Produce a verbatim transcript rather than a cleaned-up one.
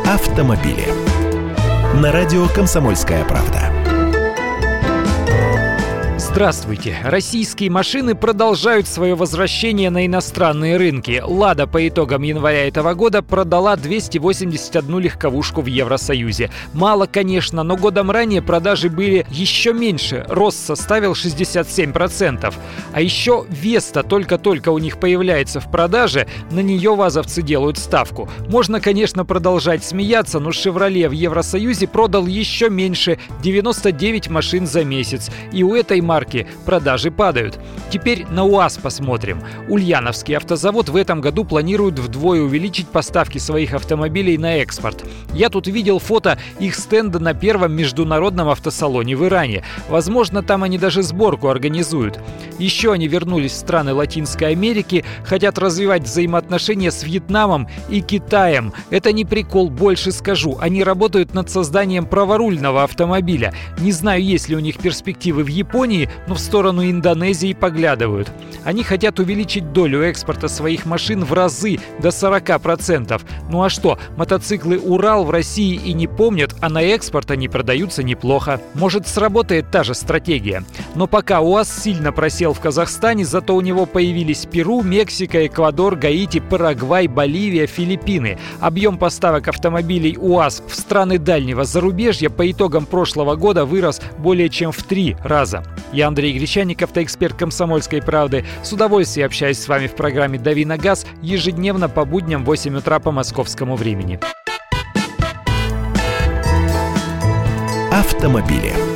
автомобили. На радио «Комсомольская правда». Здравствуйте! Российские машины продолжают свое возвращение на иностранные рынки. «Лада» по итогам января этого года продала двести восемьдесят одну легковушку в Евросоюзе. Мало, конечно, но годом ранее продажи были еще меньше. Рост составил шестьдесят семь процентов. А еще «Веста» только-только у них появляется в продаже, на нее вазовцы делают ставку. Можно, конечно, продолжать смеяться, но «Шевроле» в Евросоюзе продал еще меньше – девяносто девять машин за месяц. И у этой марки продажи падают. Теперь на УАЗ посмотрим. Ульяновский автозавод в этом году планирует вдвое увеличить поставки своих автомобилей на экспорт. Я тут видел фото их стенда на первом международном автосалоне в Иране. Возможно, там они даже сборку организуют. Еще они вернулись в страны Латинской Америки, хотят развивать взаимоотношения с Вьетнамом и Китаем. Это не прикол, больше скажу. Они работают над созданием праворульного автомобиля. Не знаю, есть ли у них перспективы в Японии, но в сторону Индонезии поглядывают. Они хотят увеличить долю экспорта своих машин в разы, до сорок процентов. Ну а что, мотоциклы «Урал» в России и не помнят, а на экспорт они продаются неплохо. Может, сработает та же стратегия. Но пока УАЗ сильно просел в Казахстане, зато у него появились Перу, Мексика, Эквадор, Гаити, Парагвай, Боливия, Филиппины. Объем поставок автомобилей УАЗ в страны дальнего зарубежья по итогам прошлого года вырос более чем в три раза. Я Андрей Гречаник, автоэксперт «Комсомольской правды». С удовольствием общаюсь с вами в программе «Дави на газ» ежедневно по будням в восемь утра по московскому времени. Автомобили.